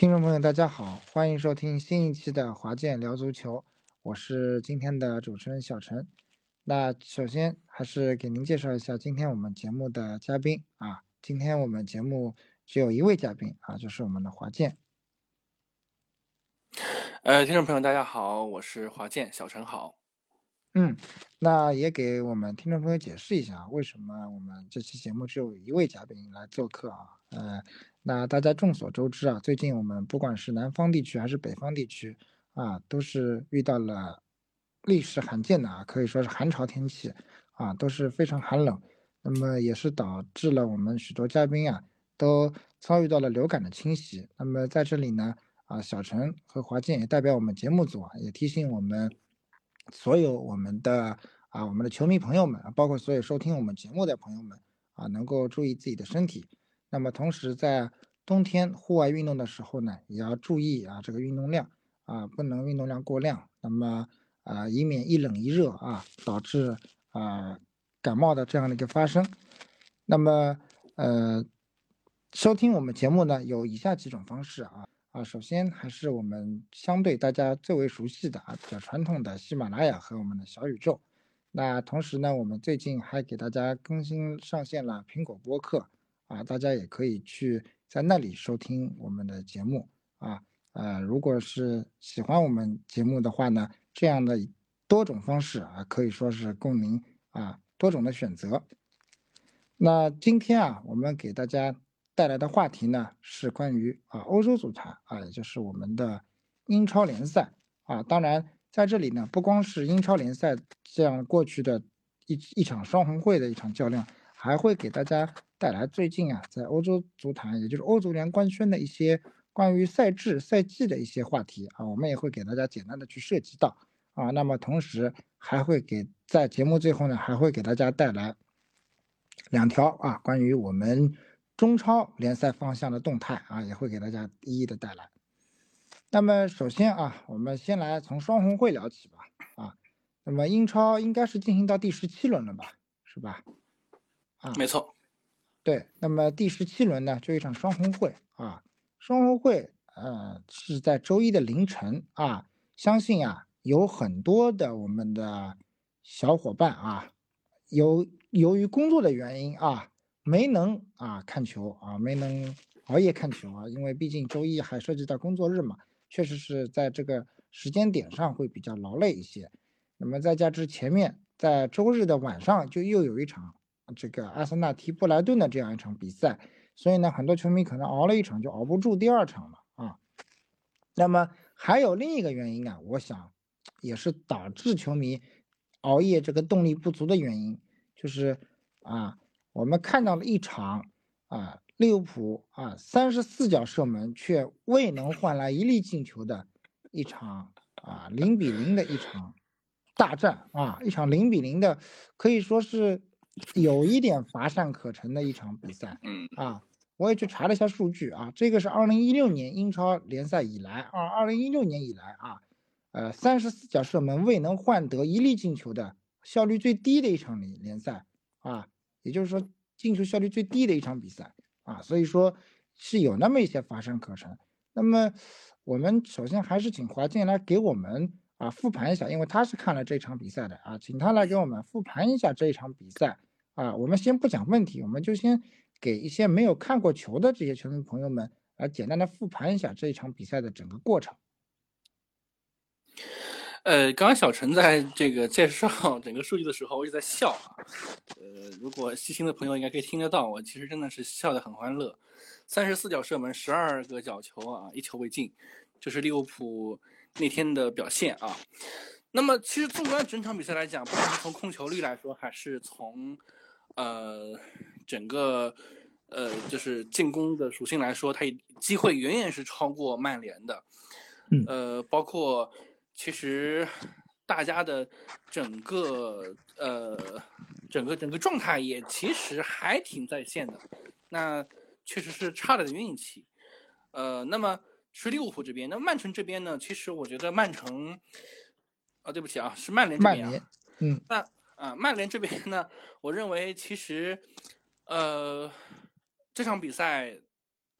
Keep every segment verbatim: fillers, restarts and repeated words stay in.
听众朋友，大家好，欢迎收听新一期的华健聊足球，我是今天的主持人小陈。那首先还是给您介绍一下今天我们节目的嘉宾啊，今天我们节目只有一位嘉宾啊，就是我们的华健。 呃，听众朋友，大家好，我是华健，小陈好。 嗯，那也给我们听众朋友解释一下，为什么我们这期节目只有一位嘉宾来做客啊？呃，那大家众所周知啊，最近我们不管是南方地区还是北方地区啊，都是遇到了历史罕见的啊，可以说是寒潮天气啊，都是非常寒冷。那么也是导致了我们许多嘉宾啊，都遭遇到了流感的侵袭。那么在这里呢，啊，小陈和华健也代表我们节目组啊，也提醒我们所有我们的啊我们的球迷朋友们，包括所有收听我们节目的朋友们啊，能够注意自己的身体。那么同时在冬天户外运动的时候呢，也要注意啊这个运动量啊，不能运动量过量。那么啊，以免一冷一热啊，导致啊感冒的这样的一个发生。那么呃，收听我们节目呢，有以下几种方式啊。啊，首先还是我们相对大家最为熟悉的啊，比较传统的喜马拉雅和我们的小宇宙。那同时呢，我们最近还给大家更新上线了苹果播客啊，大家也可以去在那里收听我们的节目啊。呃，如果是喜欢我们节目的话呢，这样的多种方式啊，可以说是供您啊多种的选择。那今天啊，我们给大家带来的话题呢，是关于啊欧洲足坛啊，也就是我们的英超联赛啊。当然，在这里呢，不光是英超联赛这样过去的一一场双红会的一场较量，还会给大家带来最近啊，在欧洲足坛，也就是欧足联官宣的一些关于赛制、赛季的一些话题啊，我们也会给大家简单的去涉及到啊。那么同时还会给在节目最后呢，还会给大家带来两条啊，关于我们中超联赛方向的动态啊，也会给大家一一的带来。那么首先啊，我们先来从双红会聊起吧啊。那么英超应该是进行到第十七轮了吧，是吧？啊， 没错。 对。那么第十七轮呢，就一场双红会啊。双红会呃是在周一的凌晨啊，相信啊有很多的我们的小伙伴啊，由由于工作的原因啊，没能啊看球啊，没能熬夜看球啊，因为毕竟周一还涉及到工作日嘛，确实是在这个时间点上会比较劳累一些。那么再加之前面在周日的晚上就又有一场这个阿森纳踢布莱顿的这样一场比赛，所以呢，很多球迷可能熬了一场就熬不住第二场了啊。那么还有另一个原因啊，我想也是导致球迷熬夜这个动力不足的原因，就是啊，我们看到了一场啊利物浦啊三十四脚射门却未能换来一粒进球的一场啊零比零的一场大战啊，一场零比零的可以说是有一点乏善可陈的一场比赛嗯， 啊。我也去查了一下数据啊，这个是二零一六年英超联赛以来，啊二零一六年以来啊，呃三十四脚射门未能换得一粒进球的效率最低的一场联联赛啊，也就是说进球效率最低的一场比赛啊，所以说是有那么一些乏善可陈。那么我们首先还是请华健来给我们啊复盘一下，因为他是看了这场比赛的啊，请他来给我们复盘一下这一场比赛啊。我们先不讲问题，我们就先给一些没有看过球的这些球迷朋友们来简单的复盘一下这一场比赛的整个过程。 呃，刚刚小陈在这个介绍整个数据的时候，我一直在笑啊。呃，如果细心的朋友应该可以听得到，我其实真的是笑得很欢乐。三十四脚射门，十二个角球啊，一球未进，这是利物浦那天的表现啊。那么，其实纵观整场比赛来讲，不管是从控球率来说，还是从呃整个呃就是进攻的属性来说，它机会远远是超过曼联的。 嗯， 呃，包括其实大家的整个呃整个整个状态也其实还挺在线的，那确实是差了点运气。呃，那么是利物浦这边，那曼城这边呢，其实我觉得曼城，啊，对不起啊，是曼联这边啊。 曼联，嗯， 那啊，曼联这边呢，我认为其实，呃，这场比赛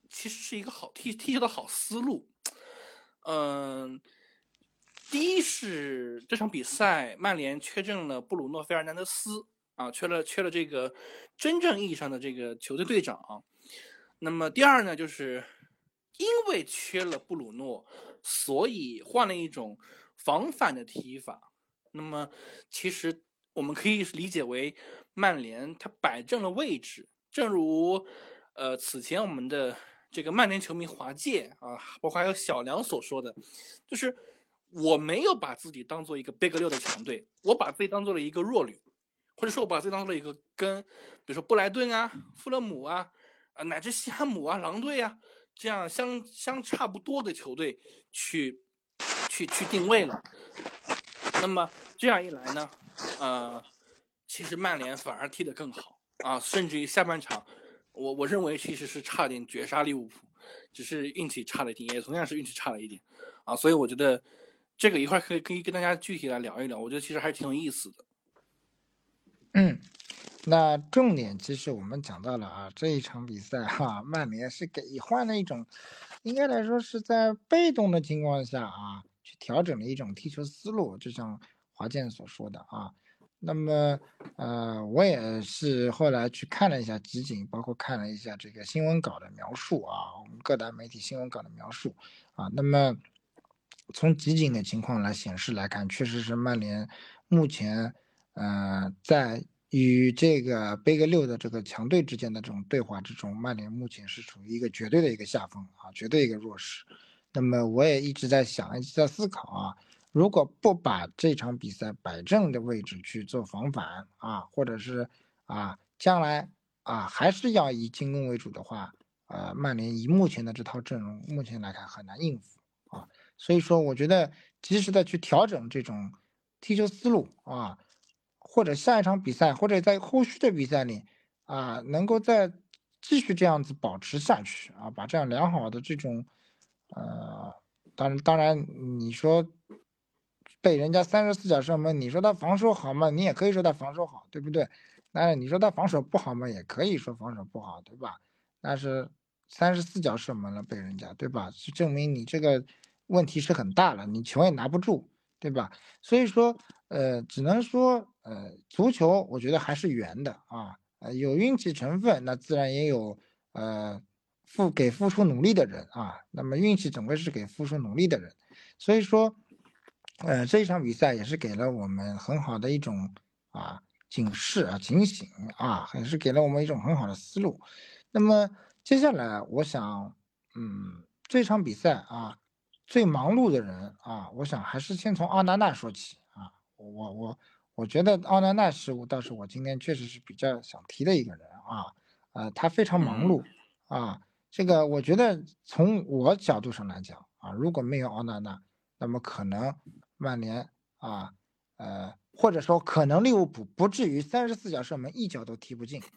其实是一个好踢踢球的好思路。嗯，第一是这场比赛曼联缺阵了布鲁诺·费尔南德斯啊，缺了缺了这个真正意义上的这个球队队长。那么第二呢，就是因为缺了布鲁诺，所以换了一种防反的踢法。那么其实我们可以理解为曼联他摆正了位置，正如呃此前我们的这个曼联球迷华界啊，包括还有小梁所说的，就是我没有把自己当做一个贝格六的强队，我把自己当做了一个弱旅，或者说我把自己当做了一个跟比如说布莱顿啊、富勒姆啊、啊乃至西汉姆啊、狼队啊这样相相差不多的球队去去去定位了。那么这样一来呢，呃，其实曼联反而踢得更好啊，甚至于下半场，我我认为其实是差点绝杀利物浦，只是运气差了一点，也同样是运气差了一点啊，所以我觉得这个一会儿可以可以跟大家具体来聊一聊，我觉得其实还是挺有意思的。 嗯，那重点其实我们讲到了啊，这一场比赛哈、啊，曼联是给换了一种，应该来说是在被动的情况下啊，去调整了一种踢球思路，就像华健所说的啊。那么呃，我也是后来去看了一下集锦，包括看了一下这个新闻稿的描述啊，我们各大媒体新闻稿的描述啊。那么从集锦的情况来显示来看，确实是曼联目前呃在与这个贝格六的这个强队之间的这种对话之中，曼联目前是处于一个绝对的一个下风啊，绝对一个弱势。那么我也一直在想，一直在思考啊，如果不把这场比赛摆正的位置去做防反啊，或者是啊将来啊还是要以进攻为主的话，呃，曼联以目前的这套阵容，目前来看很难应付啊。所以说，我觉得及时的去调整这种踢球思路啊。或者下一场比赛，或者在后续的比赛里，啊，能够再继续这样子保持下去啊，把这样良好的这种，呃，当然当然，你说被人家三十四脚射门，你说他防守好嘛？你也可以说他防守好，对不对？那你说他防守不好嘛？也可以说防守不好，对吧？但是三十四脚射门了，被人家，对吧？是证明你这个问题是很大了，你球也拿不住，对吧？所以说，呃，只能说，呃，足球我觉得还是圆的啊，呃，有运气成分，那自然也有呃付给付出努力的人啊。那么运气总归是给付出努力的人，所以说，呃，这一场比赛也是给了我们很好的一种啊警示啊警醒啊，也是给了我们一种很好的思路。那么接下来我想，嗯，这场比赛啊。最忙碌的人啊，我想还是先从奥纳纳说起啊。我我我觉得奥纳纳是我倒是我今天确实是比较想提的一个人啊，呃，他非常忙嗯。 碌啊。这个我觉得从我角度上来讲啊，如果没有奥纳纳，那么可能曼联啊，呃，或者说可能利物浦不至于三十四脚射门一脚都踢不进。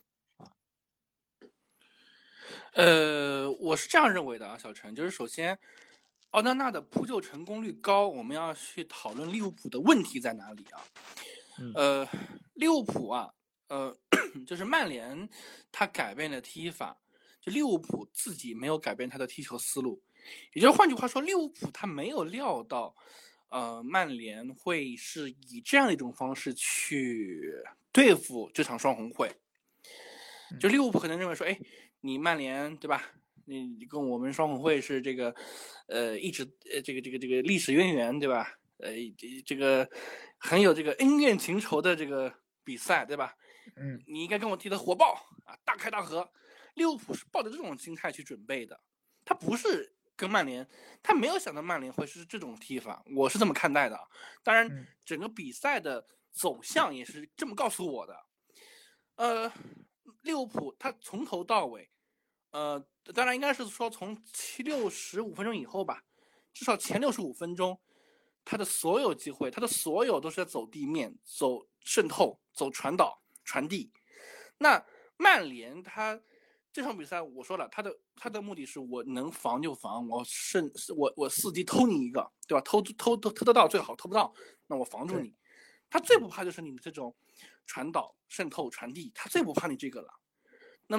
呃，我是这样认为的啊，小陈，就是首先，奥纳纳的扑救成功率高，我们要去讨论利物浦的问题在哪里啊？ 嗯呃，利物浦啊，呃，就是曼联他改变了踢法，就利物浦自己没有改变他的踢球思路，也就是换句话说，利物浦他没有料到，呃，曼联会是以这样一种方式去对付这场双红会。就利物浦可能认为说，哎，你曼联对吧？你你跟我们双红会是这个，呃，一直呃这个这个这个历史渊源对吧？呃，这个很有这个恩怨情仇的这个比赛对吧？ 嗯你应该跟我踢得火爆啊，大开大合。利物浦是抱着这种心态去准备的，他不是跟曼联，他没有想到曼联会是这种踢法，我是这么看待的。当然， 嗯整个比赛的走向也是这么告诉我的。呃，利物浦他从头到尾，呃，当然应该是说从七六十五分钟以后吧，至少前六十五分钟，他的所有机会，他的所有都是在走地面、走渗透、走传导、传递。那曼联他这场比赛，我说了，他的他的目的是我能防就防，我甚我我伺机偷你一个，对吧？偷偷偷偷得到最好，偷不到，那我防住你。他最不怕就是你这种传导、渗透、传递，他最不怕你这个了。那么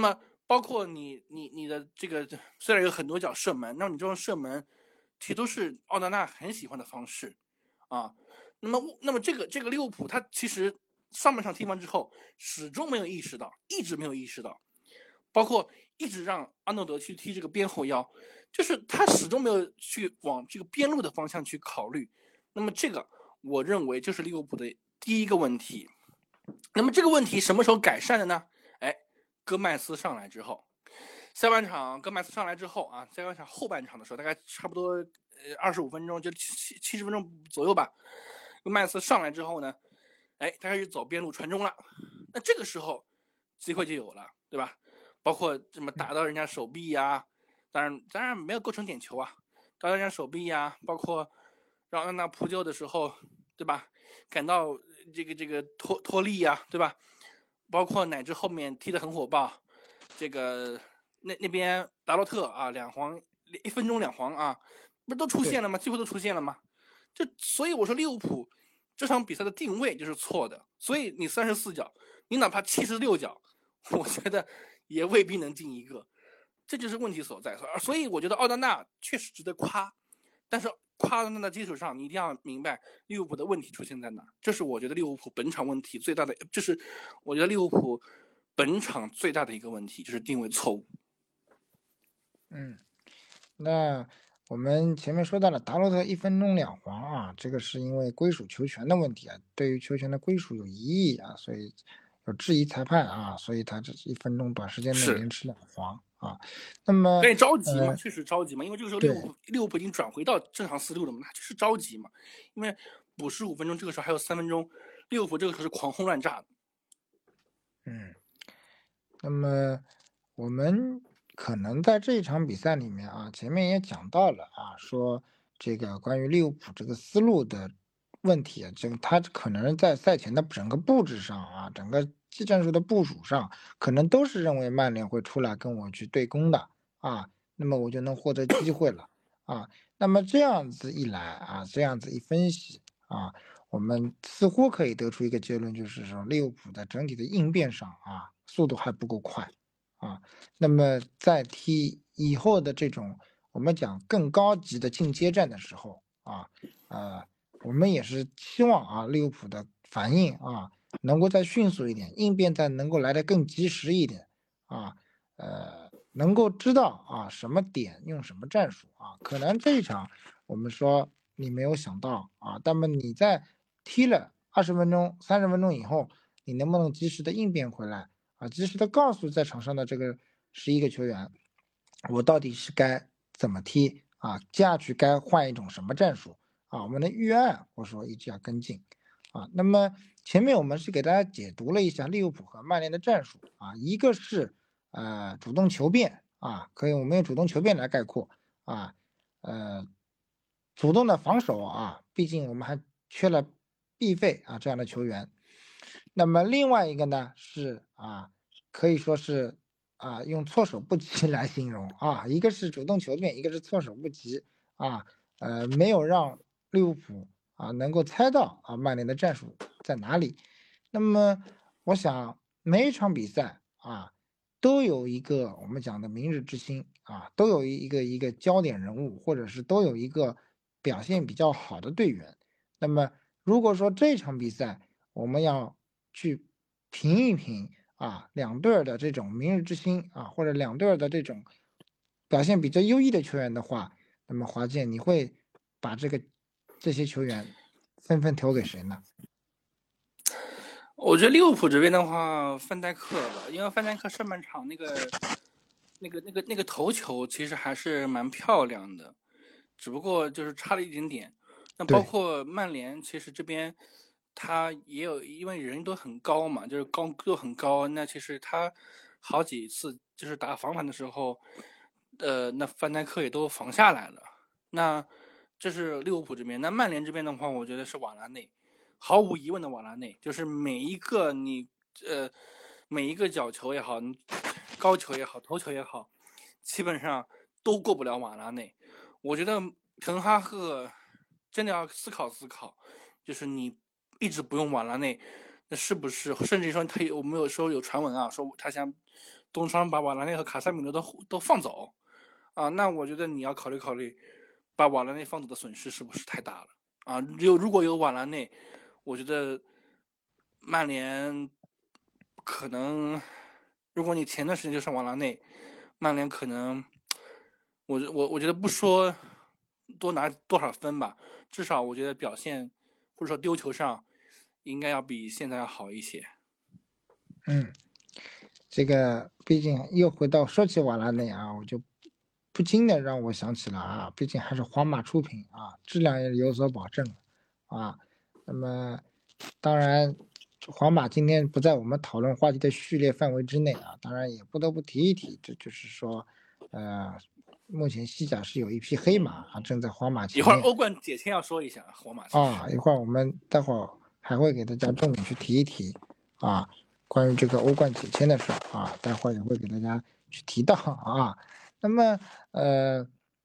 包括你你你的这个虽然有很多脚射门，那么你这种射门其实都是奥纳纳很喜欢的方式啊。那么那么这个这个利物浦他其实上半场踢完之后始终没有意识到，一直没有意识到，包括一直让阿诺德去踢这个边后腰，就是他始终没有去往这个边路的方向去考虑。那么这个我认为就是利物浦的第一个问题。那么这个问题什么时候改善的呢？哎，戈麦斯上来之后，下半场戈麦斯上来之后啊，下半场后半场的时候，大概差不多呃二十五分钟，就七七十分钟左右吧。戈麦斯上来之后呢，哎，他开始走边路传中了。那这个时候机会就有了，对吧？包括怎么打到人家手臂呀、啊，当然当然没有构成点球啊，打到人家手臂呀、啊，包括让让他扑救的时候，对吧？感到这个这个脱脱力呀、啊，对吧？包括乃至后面踢得很火爆，这个那那边达洛特啊，两黄一分钟两黄啊，不都出现了吗？几乎都出现了吗？就所以我说利物浦这场比赛的定位就是错的，所以你三十四脚，你哪怕七十六脚，我觉得也未必能进一个，这就是问题所在。所以我觉得奥纳纳确实值得夸，但是夸的基础上，你一定要明白利物浦的问题出现在哪。这是我觉得利物浦本场问题最大的，就是我觉得利物浦本场最大的一个问题就是定位错误。 嗯，那我们前面说到了达洛特一分钟两黄啊，这个是因为归属球权的问题啊，对于球权的归属有疑义啊，所以有质疑裁判啊，所以他这一分钟短时间内连吃两黄啊。那么， 所以着急嘛， 呃， 确实着急嘛，因为这个时候利物对， 浦利物浦已经转回到正常思路了嘛，他就是着急嘛，因为补十五分钟，这个时候还有三分钟，利物浦这个时候是狂轰乱炸的。 嗯，那么我们可能在这一场比赛里面啊，前面也讲到了啊，说这个关于利物浦这个思路的问题啊，这个他可能在赛前的整个布置上啊，整个技战术的部署上，可能都是认为曼联会出来跟我去对攻的啊，那么我就能获得机会了啊。那么这样子一来啊，这样子一分析啊，我们似乎可以得出一个结论，就是说利物浦在整体的应变上啊，速度还不够快啊。那么在踢以后的这种我们讲更高级的进阶战的时候啊，呃，我们也是期望啊利物浦的反应啊能够再迅速一点，应变再能够来得更及时一点啊，呃，能够知道啊什么点用什么战术啊。可能这一场我们说你没有想到啊，那么你在踢了二十分钟、三十分钟以后，你能不能及时的应变回来啊？及时的告诉在场上的这个十一个球员，我到底是该怎么踢啊？接下去该换一种什么战术啊？我们的预案，我说一直要跟进啊。那么前面我们是给大家解读了一下利物浦和曼联的战术啊，一个是呃主动求变啊，可以我们用主动求变来概括啊，呃，主动的防守啊，毕竟我们还缺了必费啊这样的球员。那么另外一个呢是啊，可以说是啊用措手不及来形容啊，一个是主动求变，一个是措手不及啊，呃，没有让利物浦啊能够猜到啊曼联的战术在哪里。那么我想每一场比赛啊都有一个我们讲的明日之星啊，都有一个一个焦点人物，或者是都有一个表现比较好的队员。那么如果说这场比赛我们要去评一评啊，两队儿的这种明日之星啊，或者两队儿的这种表现比较优异的球员的话，那么华健，你会把这个这些球员纷纷投给谁呢？ 我觉得利物浦这边的话，范戴克吧，因为范戴克上半场那个、那个、那个、那个头球其实还是蛮漂亮的，只不过就是差了一点点。那包对， 括曼联，其实这边他也有，因为人都很高嘛，就是高都很高。那其实他好几次就是打防反的时候，呃，那范戴克也都防下来了。那这是利物浦这边。那曼联这边的话，我觉得是瓦拉内。毫无疑问的瓦拉内，就是每一个你呃每一个角球也好，高球也好，头球也好，基本上都过不了瓦拉内。我觉得滕哈赫真的要思考思考，就是你一直不用瓦拉内，那是不是甚至说他有没有说有传闻啊，说他想东窗把瓦拉内和卡塞米罗都都放走啊，那我觉得你要考虑考虑，把瓦拉内放走的损失是不是太大了啊？有如果有瓦拉内，我觉得曼联可能，如果你前段时间就上瓦拉内，曼联可能，我我我觉得不说多拿多少分吧，至少我觉得表现或者说丢球上应该要比现在要好一些。 嗯，这个毕竟又回到说起瓦拉内啊，我就不禁的让我想起了啊，毕竟还是皇马出品啊，质量也有所保证啊。那么当然，皇马今天不在我们讨论话题的序列范围之内啊，当然也不得不提一提，这就是说，呃，目前西甲是有一匹黑马啊，正在皇马前面。 一会儿欧冠解签要说一下皇马啊，一会儿我们待会儿还会给大家重点去提一提啊，关于这个欧冠解签的事儿啊，待会儿也会给大家去提到啊。那么呃，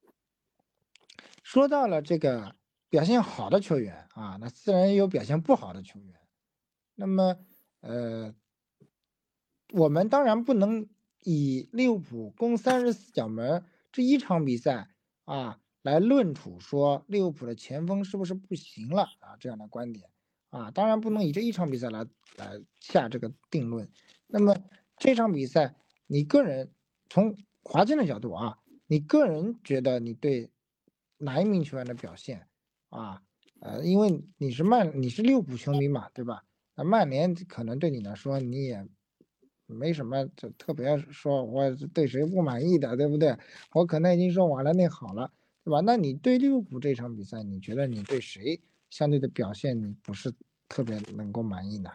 说到了这个表现好的球员啊，那自然也有表现不好的球员。那么呃，我们当然不能以利物浦攻三十四脚门这一场比赛啊来论处说利物浦的前锋是不是不行了啊这样的观点啊，当然不能以这一场比赛来来下这个定论。那么这场比赛，你个人从华健的角度啊，你个人觉得你对哪一名球员的表现啊？呃，因为你是曼，你是利物浦球迷嘛，对吧？那曼联可能对你来说，你也没什么就特别说我对谁不满意的，对不对？我可能已经说瓦拉内好了，对吧？那你对利物浦这场比赛，你觉得你对谁相对的表现你不是特别能够满意呢？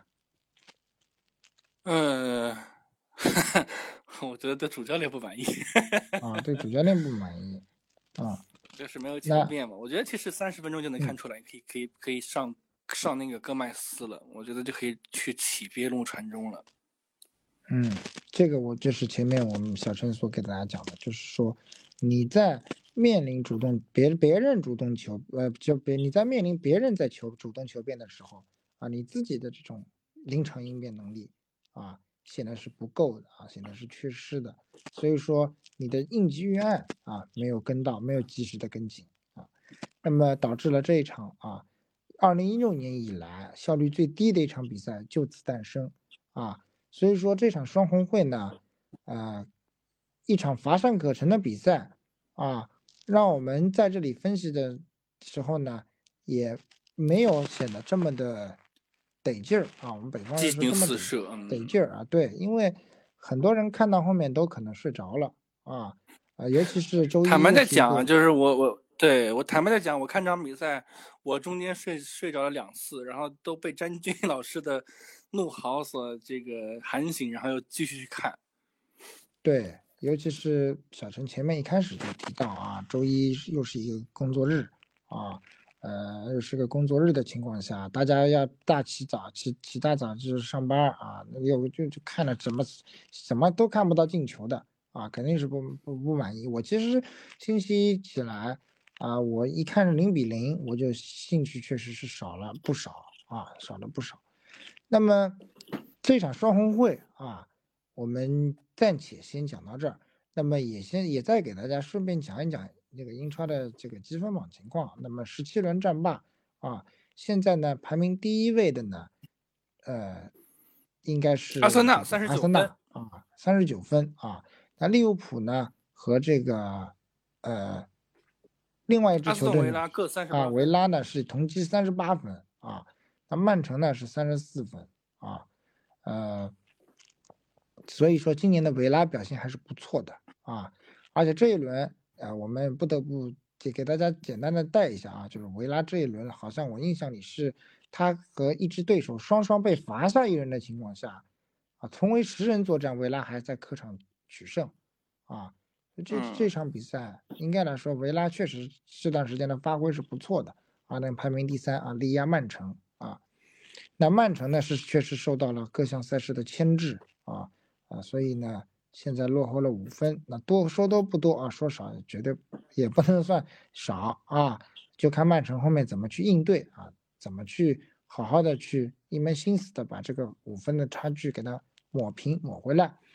嗯，我觉得对主教练不满意。 啊，对主教练不满意，啊， 就是没有求那变嘛。我觉得其实三十分钟就能看出来，可以可以可以上上那个戈麦斯了，我觉得就可以去起边路传中了。 嗯，这个我就是前面我们小陈所给大家讲的，就是说你在面临主动别别人主动求呃就别你在面临别人在求主动求变的时候啊，你自己的这种临场应变能力啊显然是不够的啊，显然是缺失的，所以说你的应急预案啊没有跟到，没有及时的跟进啊，那么导致了这一场啊二零一六年以来效率最低的一场比赛就此诞生啊。所以说这场双红会呢，呃，一场乏善可陈的比赛啊，让我们在这里分析的时候呢，也没有显得这么的得劲儿啊。我们北方人说这么得得劲儿啊，对，因为很多人看到后面都可能睡着了啊，啊，尤其是周一。 坦白的讲，就是我我对我坦白的讲，我看这场比赛，我中间睡睡着了两次，然后都被詹俊老师的怒嚎所这个喊醒，然后又继续去看。 对，尤其是小陈前面一开始就提到啊，周一又是一个工作日啊，呃，又是个工作日的情况下，大家要大起早起起大早就是上班啊，有就就看了怎么怎么都看不到进球的啊，肯定是不不不满意。我其实星期一起来啊，我一看是零比零，我就兴趣确实是少了不少啊，少了不少。那么这场双红会啊。我们暂且先讲到这儿，那么也先也再给大家顺便讲一讲这个英超的这个积分榜情况。那么十七轮战罢啊，现在呢排名第一位的呢，呃，应该是阿森纳三十九分啊，三十九分啊。那利物浦呢和这个呃另外一支球队维拉各三十八分啊，维拉呢是同积三十八分啊，那曼城呢是三十四分啊，呃。所以说，今年的维拉表现还是不错的啊，而且这一轮，呃，我们不得不给给大家简单的带一下啊，就是维拉这一轮，好像我印象里是他和一支对手双双被罚下一人的情况下，啊，同为十人作战，维拉还在客场取胜，啊，这这场比赛应该来说，维拉确实这段时间的发挥是不错的啊，能排名第三啊，力压曼城啊，那曼城呢是确实受到了各项赛事的牵制啊。啊，所以呢，现在落后了五分，那多说多不多啊，说少绝对也不能算少啊，就看曼城后面怎么去应对啊，怎么去好好的去一门心思的把这个五分的差距给它抹平抹回来。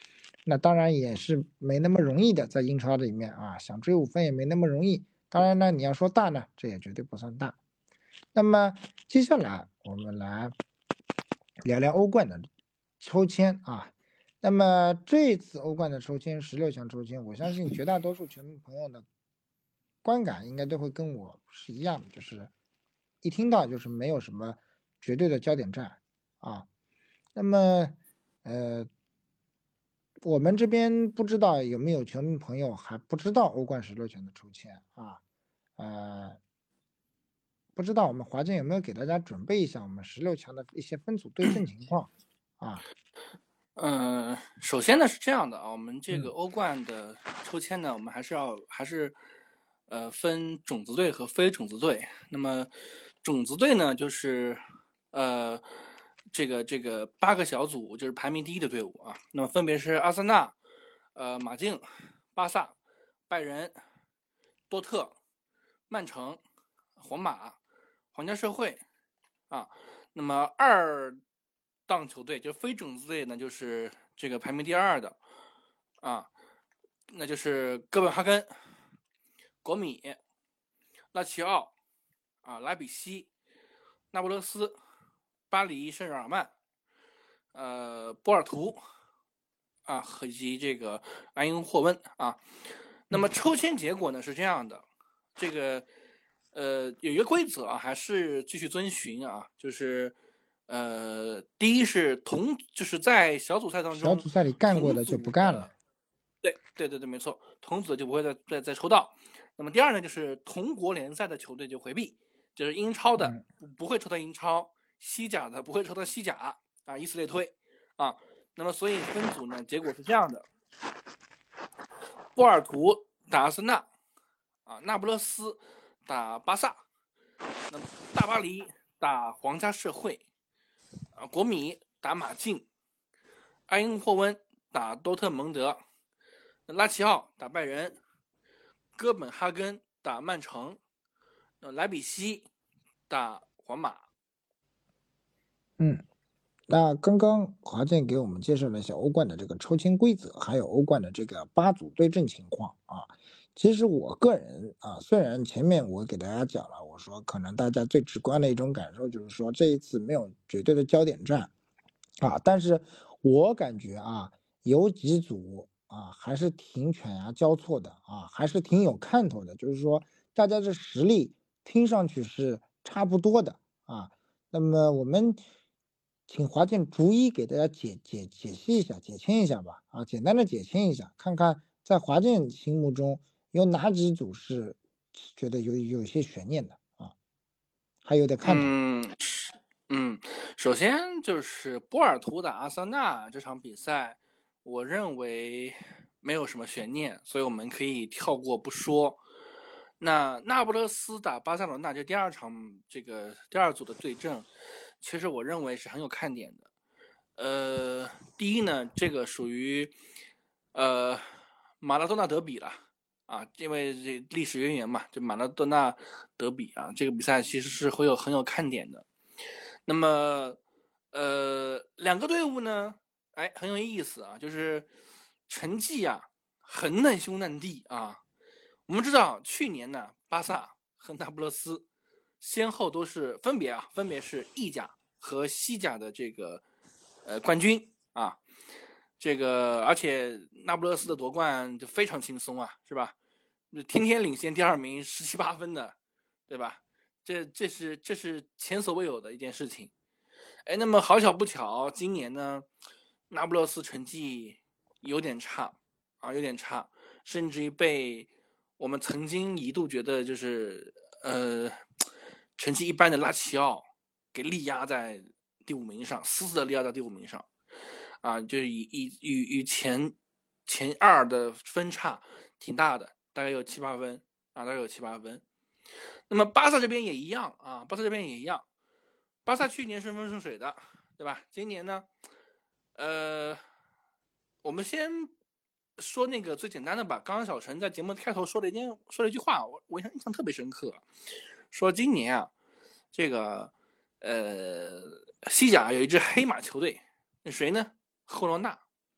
那当然也是没那么容易的，在英超里面啊，想追五分也没那么容易。当然呢，你要说大呢，这也绝对不算大。那么接下来我们来聊聊欧冠的抽签啊。那么这次欧冠的抽签，十六强抽签，我相信绝大多数球迷朋友的观感应该都会跟我是一样的，就是一听到就是没有什么绝对的焦点战啊。那么呃，我们这边不知道有没有球迷朋友还不知道欧冠十六强的抽签啊？呃，不知道我们华健有没有给大家准备一下我们十六强的一些分组对阵情况啊？ 嗯、呃，首先呢是这样的啊，我们这个嗯欧冠的抽签呢，我们还是要还是呃分种子队和非种子队。那么种子队呢，就是呃这个这个八个小组就是排名第一的队伍啊。那么分别是阿森纳、呃马竞、巴萨、拜仁、多特、曼城、皇马、皇家社会啊。那么二档球队就是非种子队呢，就是这个排名第二的啊，那就是哥本哈根、国米、拉齐奥啊、莱比锡、那不勒斯、巴黎圣日耳曼、呃波尔图啊，以及这个埃因霍温啊。那么抽签结果呢是这样的，这个呃有一个规则啊，还是继续遵循啊，就是呃第一是同就是在小组赛当中小组赛里干过同的就不组的， 干了。 对对对对，没错，同组的就不会再再再抽到。那么第二呢，就是同国联赛的球队就回避，就是英超的嗯不不会抽到英超，西甲的不会抽到西甲啊，以此类推啊。那么所以分组呢，结果是这样的：波尔图打阿森纳，啊，那不勒斯打巴萨，那么大巴黎打皇家社会，啊，国米打马竞，埃因霍温打多特蒙德，拉齐奥打拜仁，哥本哈根打曼城，莱比锡打皇马。 嗯。那刚刚华健给我们介绍了一下欧冠的这个抽签规则，还有欧冠的这个八组对阵情况啊。其实我个人啊，虽然前面我给大家讲了，我说可能大家最直观的一种感受就是说这一次没有绝对的焦点战啊，但是我感觉啊，有几组啊还是挺犬牙交错的啊，还是挺有看头的，就是说大家的实力听上去是差不多的啊。那么我们请华健逐一给大家解解解析一下、解签一下吧。啊，简单的解签一下，看看在华健心目中有哪几组是觉得有有些悬念的啊，还有点看头。 嗯嗯，首先就是波尔图打阿森纳这场比赛，我认为没有什么悬念，所以我们可以跳过不说。那那不勒斯打巴塞罗那这第二场这个第二组的对阵，其实我认为是很有看点的。呃，第一呢，这个属于呃马拉多纳德比了啊，因为这历史渊源嘛，这马拉多纳德比啊，这个比赛其实是会有很有看点的。那么呃，两个队伍呢，哎，很有意思啊，就是成绩啊很难兄难弟啊。我们知道去年呢，巴萨和那不勒斯先后都是分别啊，分别是意甲和西甲的这个呃冠军啊。这个而且那不勒斯的夺冠就非常轻松啊，是吧？天天领先第二名十七八分的，对吧？这这是这是前所未有的一件事情。哎，那么好巧不巧，今年呢，那不勒斯成绩有点差啊，有点差，甚至于被我们曾经一度觉得就是呃成绩一般的拉齐奥给力压在第五名上，死死的力压在第五名上，啊，就是以以与与前前二的分差挺大的，大概有七八分啊，大概有七八分。那么巴萨这边也一样啊，巴萨这边也一样。巴萨去年顺风顺水的，对吧？今年呢，呃，我们先说那个最简单的吧。刚刚小陈在节目开头说了一件说了一句话，我我印象特别深刻，说今年啊，这个呃西甲有一支黑马球队，那谁呢？赫罗纳。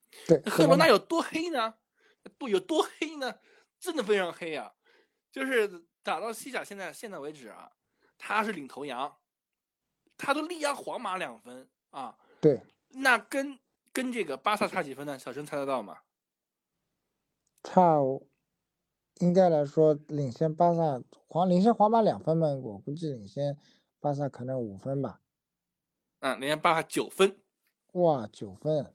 对， 赫罗赫罗纳纳有多黑呢？不有多黑呢？真的非常黑啊！就是打到西甲现在现在为止啊，他是领头羊，他都力压皇马两分啊。 对， 那跟跟这个巴萨差几分呢？小陈猜得到吗？ 差应该来说领先巴萨皇领先皇马两分嘛，我估计领先巴萨可能五分吧。 嗯，领先巴萨九分。 哇，九分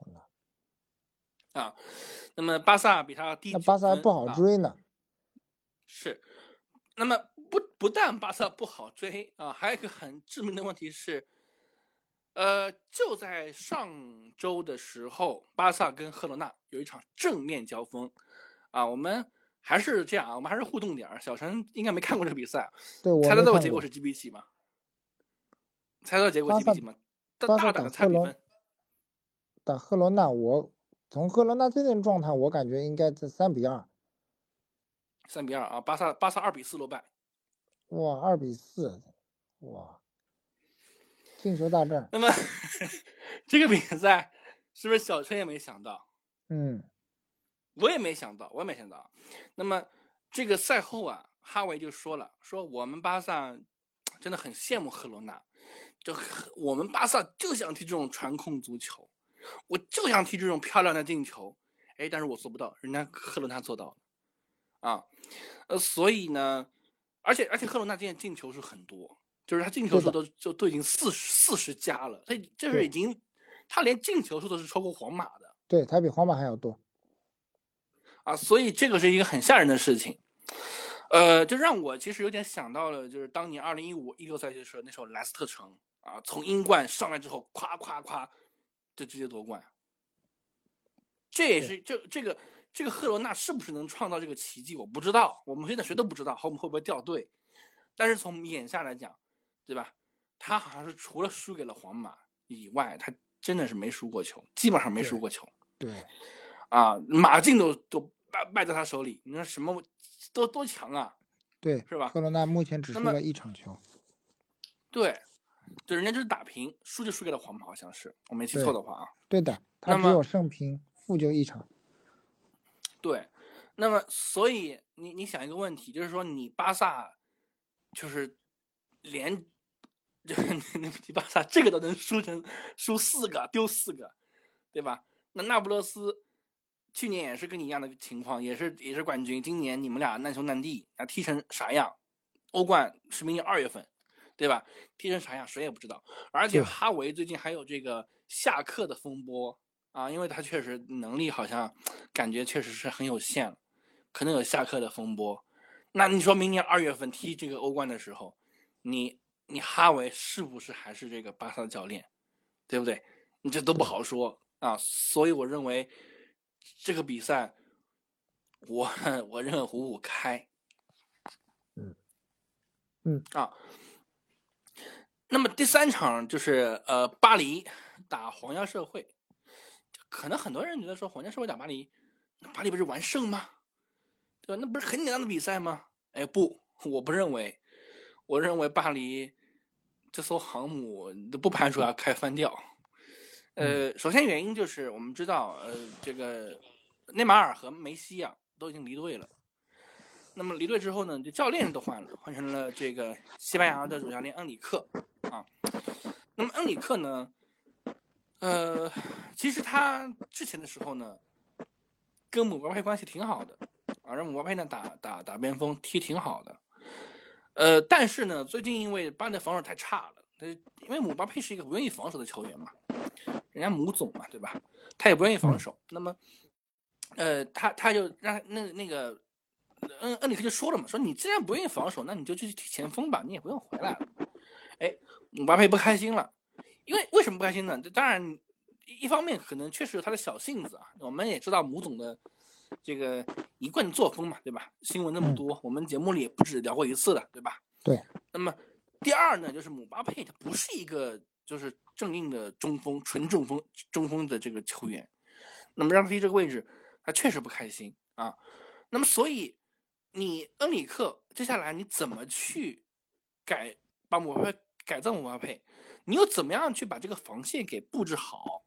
啊，那么巴萨比他低那九分巴萨还不好啊。 追呢。 是，那么不不但巴萨不好追啊，还有一个很致命的问题是，呃，就在上周的时候，巴萨跟赫罗纳有一场正面交锋啊。我们还是这样，我们还是互动点儿。小陈应该没看过这个比赛， 对，我猜没看过。 得到结果是几比几吗？猜得到结果巴萨几比几吗？大巴萨大胆打赫罗的猜比分。 打赫罗纳，我从赫罗纳最近状态，我感觉应该在三比二。 三比二啊，巴萨巴萨二比四落败。 哇，二比四，哇，进球大战。 那么这个比赛是不是小陈也没想到？ 嗯， 我也没想到，我也没想到。那么这个赛后啊，哈维就说了，说我们巴萨真的很羡慕赫罗纳，就我们巴萨就想踢这种传控足球，我就想踢这种漂亮的进球。哎，但是我做不到，人家赫罗纳做到了啊。呃，所以呢，而且而且赫罗纳今天进球数很多，就是他进球数都就都已经四十四十加了，他就是已经他连进球数都是超过皇马的。 对，他比皇马还要多啊，所以这个是一个很吓人的事情。呃，就让我其实有点想到了，就是当年二零一五一六赛季的时候，那时候莱斯特城啊，从英冠上来之后，夸夸夸就直接夺冠。这也是这这个这个赫罗纳是不是能创造这个奇迹，我不知道，我们现在谁都不知道，后面会不会掉队。但是从眼下来讲，对吧？他好像是除了输给了皇马以外，他真的是没输过球，基本上没输过球。 对， 啊，马竞都都败败在他手里，你说什么多多强啊？ 对， 是吧？ 赫罗纳目前只输了一场球。 对，对，人家就是打平，输就输给了皇马，好像是我没记错的话啊。 对的，他只有胜平，负就一场。 对，那么所以你你想一个问题，就是说你巴萨就是连就是你巴萨这个都能输成输四个丢四个，对吧？那那不勒斯去年也是跟你一样的情况，也是也是冠军，今年你们俩难兄难弟，那踢成啥样？欧冠是明年二月份，对吧？踢成啥样谁也不知道。而且哈维最近还有这个下课的风波啊，因为他确实能力好像感觉确实是很有限了，可能有下课的风波。那你说明年二月份踢这个欧冠的时候，你你哈维是不是还是这个巴萨的教练，对不对？你这都不好说啊。所以我认为这个比赛，我我认为五五开。 嗯嗯啊。那么第三场就是呃巴黎打皇家社会，可能很多人觉得说皇家社会打巴黎，那巴黎不是完胜吗？对吧？那不是很简单的比赛吗？哎不，我不认为，我认为巴黎这艘航母都不排除要开翻掉。呃，首先原因就是我们知道，呃，这个内马尔和梅西啊都已经离队了。那么离队之后呢，就教练都换了，换成了这个西班牙的主教练恩里克啊。那么恩里克呢，呃，其实他之前的时候呢，跟姆巴佩关系挺好的啊，让姆巴佩呢打打打边锋踢挺好的。呃，但是呢，最近因为巴黎的防守太差了，因为姆巴佩是一个不愿意防守的球员嘛，人家姆总嘛，对吧？他也不愿意防守。那么，呃，他他就让那那个。恩恩里克就说了嘛，说你既然不愿意防守，那你就去踢前锋吧，你也不用回来了。哎，姆巴佩不开心了，因为为什么不开心呢？当然，一方面可能确实有他的小性子啊，我们也知道姆总的这个一贯作风嘛，对吧？新闻那么多，嗯、我们节目里也不止聊过一次了，对吧？ 对。 那么第二呢，就是姆巴佩他不是一个就是正印的中锋，纯中锋中锋的这个球员，那么让他踢这个位置，他确实不开心啊。那么所以。你恩里克接下来你怎么去改把姆巴佩改造姆巴佩？你又怎么样去把这个防线给布置好？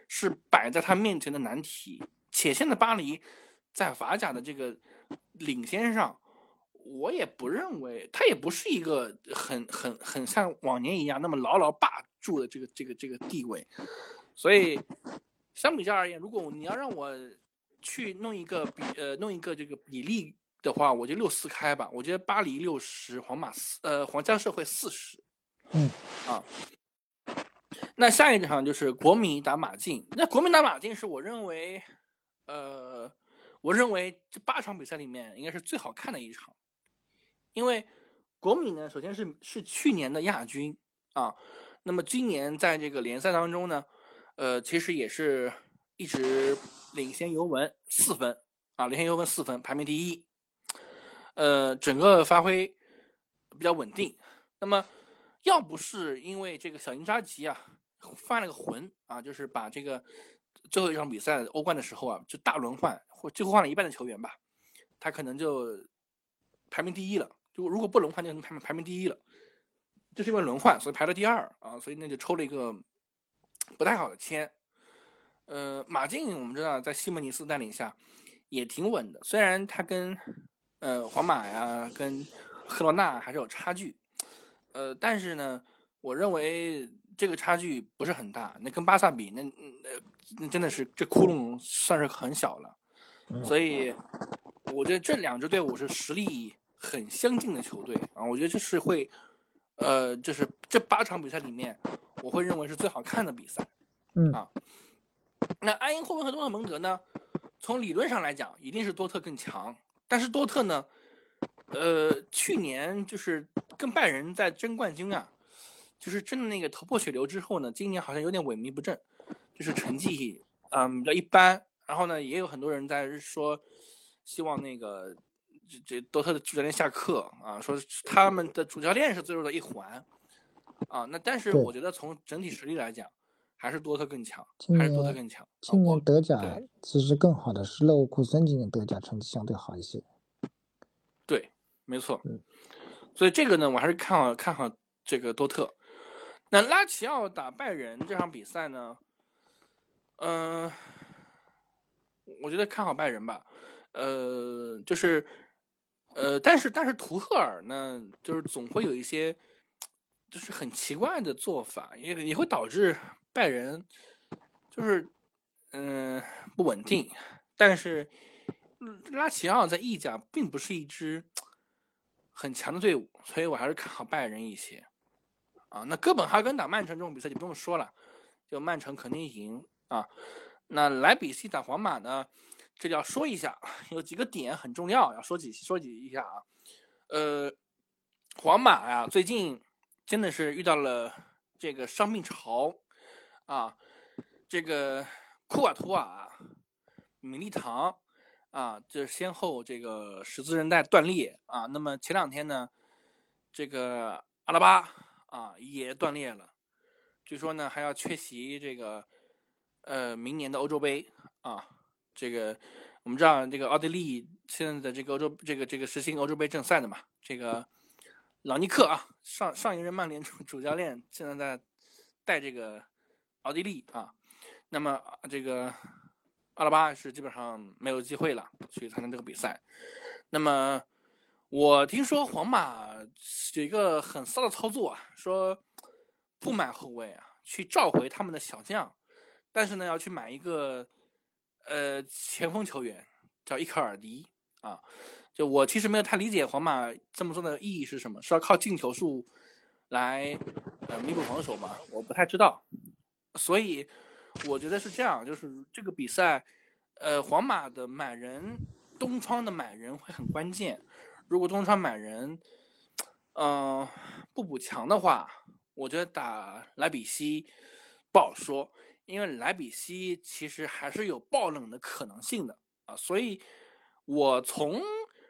是摆在他面前的难题。且现在巴黎在法甲的这个领先上，我也不认为他也不是一个很很很像往年一样那么牢牢霸住的这个这个这个地位。所以相比较而言，如果你要让我去弄一个比呃弄一个这个比例的话，我就六四开吧。我觉得巴黎六十，皇马四呃皇家社会四十。 嗯啊。那下一场就是国米打马竞。那国米打马竞是我认为，呃，我认为这八场比赛里面应该是最好看的一场，因为国米呢，首先是是去年的亚军啊，那么今年在这个联赛当中呢，呃，其实也是一直领先尤文四分啊，领先尤文四分，排名第一，呃，整个发挥比较稳定。那么要不是因为这个小因扎吉啊犯了个浑啊，就是把这个最后一场比赛欧冠的时候啊，就大轮换，或最后换了一半的球员吧，他可能就排名第一了。就如果不轮换，就排排名第一了。就是因为轮换，所以排到第二啊，所以那就抽了一个不太好的签。呃，马竞我们知道在西门尼斯带领下也挺稳的，虽然他跟呃皇马呀、跟赫罗纳还是有差距，呃，但是呢，我认为这个差距不是很大。那跟巴萨比，那那那真的是这窟窿算是很小了。所以我觉得这两支队伍是实力很相近的球队啊，我觉得这是会，呃，就是这八场比赛里面，我会认为是最好看的比赛。 嗯啊，那埃因霍温和多特蒙德呢，从理论上来讲，一定是多特更强，但是多特呢，呃，去年就是跟拜仁在争冠军啊，就是争的那个头破血流之后呢，今年好像有点萎靡不振，就是成绩嗯比较一般。然后呢，也有很多人在说，希望那个这这多特的主教练下课啊，说他们的主教练是最弱的一环啊。那但是我觉得从整体实力来讲，还是多特更强，还是多特更强。 今年德甲对其实更好的是勒沃库森，今年德甲成绩相对好一些。 对，没错。 嗯， 所以这个呢，我还是看好看好这个多特。那拉齐奥打拜仁这场比赛呢，嗯、呃，我觉得看好拜仁吧。呃，就是呃，但是但是图赫尔呢，就是总会有一些就是很奇怪的做法，也也会导致拜仁就是嗯、呃、不稳定。但是拉齐奥在意甲并不是一支很强的队伍，所以我还是看好拜仁一些。啊，那哥本哈根打曼城这种比赛就不用说了，就曼城肯定赢啊。那莱比锡打皇马呢，这里要说一下，有几个点很重要，要说几说几一下啊。呃，皇马呀、啊，最近真的是遇到了这个伤病潮啊，这个库瓦图瓦、米利唐啊，这先后这个十字韧带断裂啊。那么前两天呢，这个阿拉巴啊也断裂了，据说呢还要缺席这个呃明年的欧洲杯啊。这个我们知道，这个奥地利现在的这个欧洲这个这个实行欧洲杯正赛的嘛，这个老尼克啊，上上一任曼联主主教练，现在在带这个奥地利啊。那么这个阿拉巴是基本上没有机会了去参加这个比赛。那么我听说皇马有一个很骚的操作啊，说不买后卫啊，去召回他们的小将，但是呢要去买一个呃前锋球员，叫伊科尔迪啊。就我其实没有太理解皇马这么做的意义是什么，是要靠进球数来呃弥补防守吗？我不太知道。所以我觉得是这样，就是这个比赛，呃，皇马的买人，东窗的买人会很关键。如果东窗买人，嗯、呃，不补强的话，我觉得打莱比锡不好说，因为莱比锡其实还是有爆冷的可能性的啊。所以，我从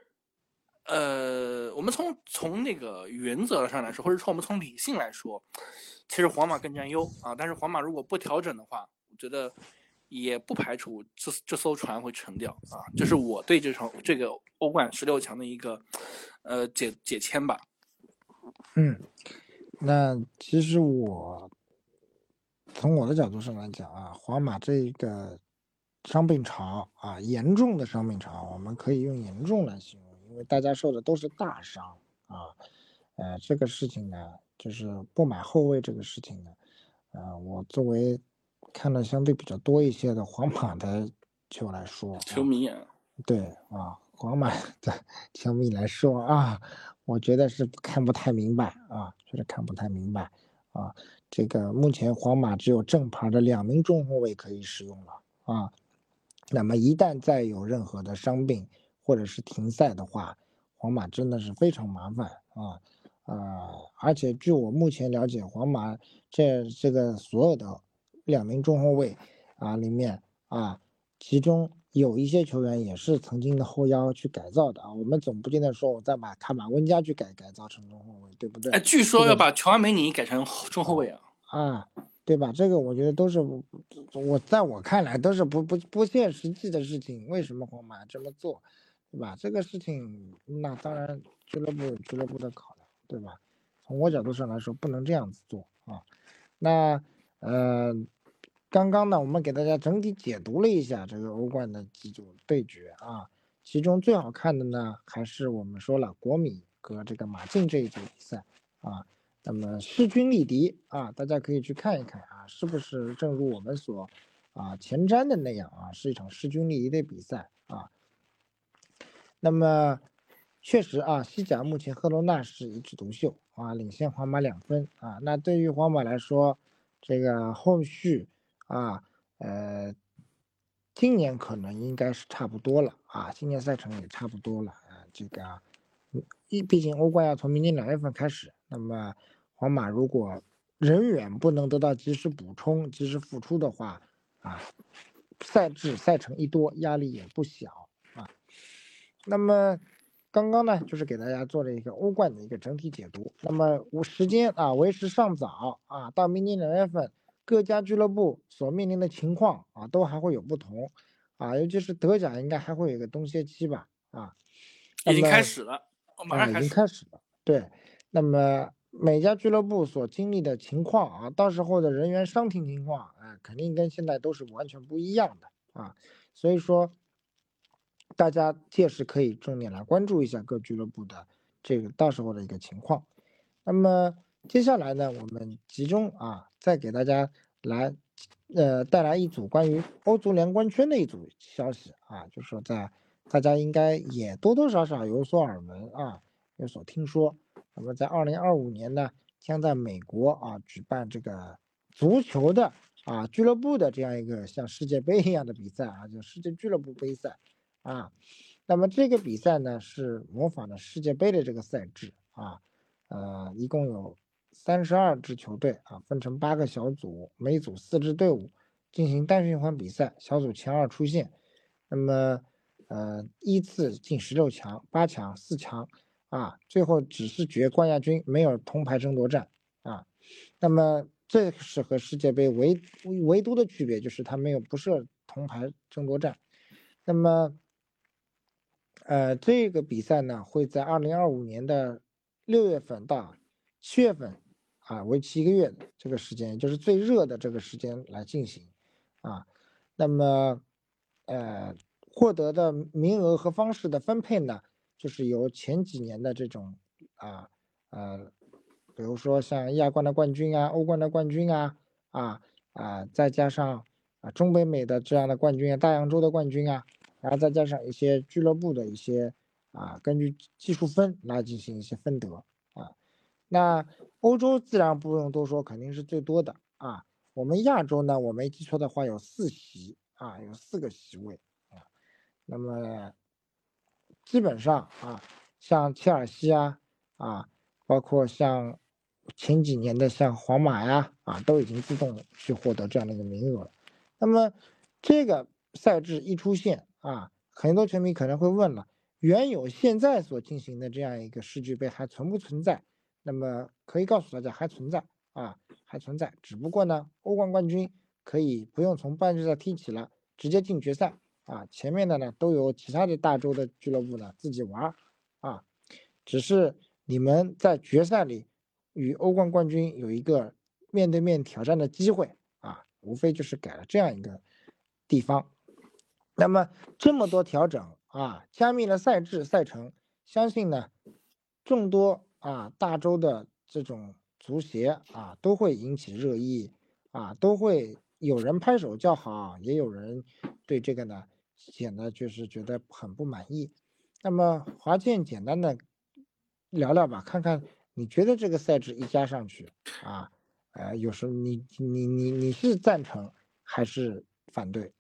呃，我们从从那个原则上来说，或者说我们从理性来说，其实皇马更占优啊。但是皇马如果不调整的话，我觉得也不排除这这艘船会沉掉啊。这是我对这场这个欧冠十六强的一个呃解解签吧。 嗯，那其实我从我的角度上来讲啊，皇马这个伤病潮啊，严重的伤病潮，我们可以用严重来形容，因为大家受的都是大伤啊。呃，这个事情呢，就是不买后卫这个事情呢，呃，我作为看的相对比较多一些的皇马的球来说啊， 球迷啊， 对啊，皇马的球迷来说啊，我觉得是看不太明白啊，觉得看不太明白啊。这个目前皇马只有正牌的两名中后卫可以使用了啊。那么一旦再有任何的伤病或者是停赛的话，皇马真的是非常麻烦啊。呃，而且据我目前了解，皇马这这个所有的两名中后卫啊里面啊，其中有一些球员也是曾经的后腰去改造的啊。我们总不见得说我再把卡马温加去改改造成中后卫，对不对？ 哎，据说要把乔阿梅尼改成中后卫啊。 啊，对吧？这个我觉得都是我在我看来都是不不不切实际的事情。为什么皇马这么做，对吧？这个事情那当然俱乐部有俱乐部的考量，对吧？从我角度上来说，不能这样子做啊。那呃，刚刚呢，我们给大家整体解读了一下这个欧冠的几组对决啊，其中最好看的呢，还是我们说了国米和这个马竞这一组比赛啊。那么势均力敌啊，大家可以去看一看啊，是不是正如我们所啊前瞻的那样啊，是一场势均力敌的比赛啊。那么确实啊，西甲目前赫罗纳是一枝独秀啊，领先皇马两分啊。那对于皇马来说，这个后续啊，呃，今年可能应该是差不多了啊，今年赛程也差不多了啊。这个，一毕竟欧冠要从明年两月份开始，那么皇马如果人员不能得到及时补充、及时复出的话啊，赛制赛程一多，压力也不小啊。那么刚刚呢，就是给大家做了一个欧冠的一个整体解读。那么我时间啊为时尚早啊，到明年两月份，各家俱乐部所面临的情况啊都还会有不同啊，尤其是德甲应该还会有一个冬歇期吧啊。 已经开始了，哦，马啊，已经上开始。 开始了。对，那么每家俱乐部所经历的情况啊，到时候的人员伤停情况，哎、呃，肯定跟现在都是完全不一样的啊。所以说，大家届时可以重点来关注一下各俱乐部的这个到时候的一个情况。那么接下来呢，我们集中啊，再给大家来呃带来一组关于欧足联官圈的一组消息啊，就是说在大家应该也多多少少有所耳闻啊，有所听说。那么在二零二五年呢，将在美国啊举办这个足球的啊俱乐部的这样一个像世界杯一样的比赛啊，就世界俱乐部杯赛啊。那么这个比赛呢是模仿的世界杯的这个赛制啊。呃，一共有三十二支球队啊，分成八个小组，每组四支队伍进行单循环比赛，小组前二出线。那么，呃，依次进十六强、八强、四强啊，最后只是决冠亚军，没有铜牌争夺战啊。那么这是和世界杯唯唯独的区别，就是它没有不设铜牌争夺战。那么，呃，这个比赛呢会在二零二五年的六月份到七月份啊，为期一个月的这个时间，也就是最热的这个时间来进行啊。那么，呃，获得的名额和方式的分配呢，就是由前几年的这种啊呃，比如说像亚冠的冠军啊、欧冠的冠军啊啊啊，再加上啊中北美的这样的冠军啊、大洋洲的冠军啊，然后再加上一些俱乐部的一些啊，根据技术分来进行一些分得啊。那欧洲自然不用多说，肯定是最多的啊。我们亚洲呢，我没记错的话有四席啊，有四个席位啊。那么基本上啊，像切尔西啊啊，包括像前几年的像皇马呀啊，都已经自动去获得这样的一个名额了。那么这个赛制一出现啊，很多球迷可能会问了：原有现在所进行的这样一个世俱杯还存不存在？那么可以告诉大家，还存在啊，还存在。只不过呢，欧冠冠军可以不用从半决赛踢起了，直接进决赛啊。前面的呢都由其他的大洲的俱乐部呢自己玩啊，只是你们在决赛里与欧冠冠军有一个面对面挑战的机会啊。 无非就是改了这样一个地方。那么这么多调整啊，加密了赛制赛程，相信呢，众多啊大洲的这种足协啊都会引起热议啊，都会有人拍手叫好，也有人对这个呢显得就是觉得很不满意。那么华健简单的聊聊吧，看看你觉得这个赛制一加上去啊，呃，有时候你你你你是赞成还是反对？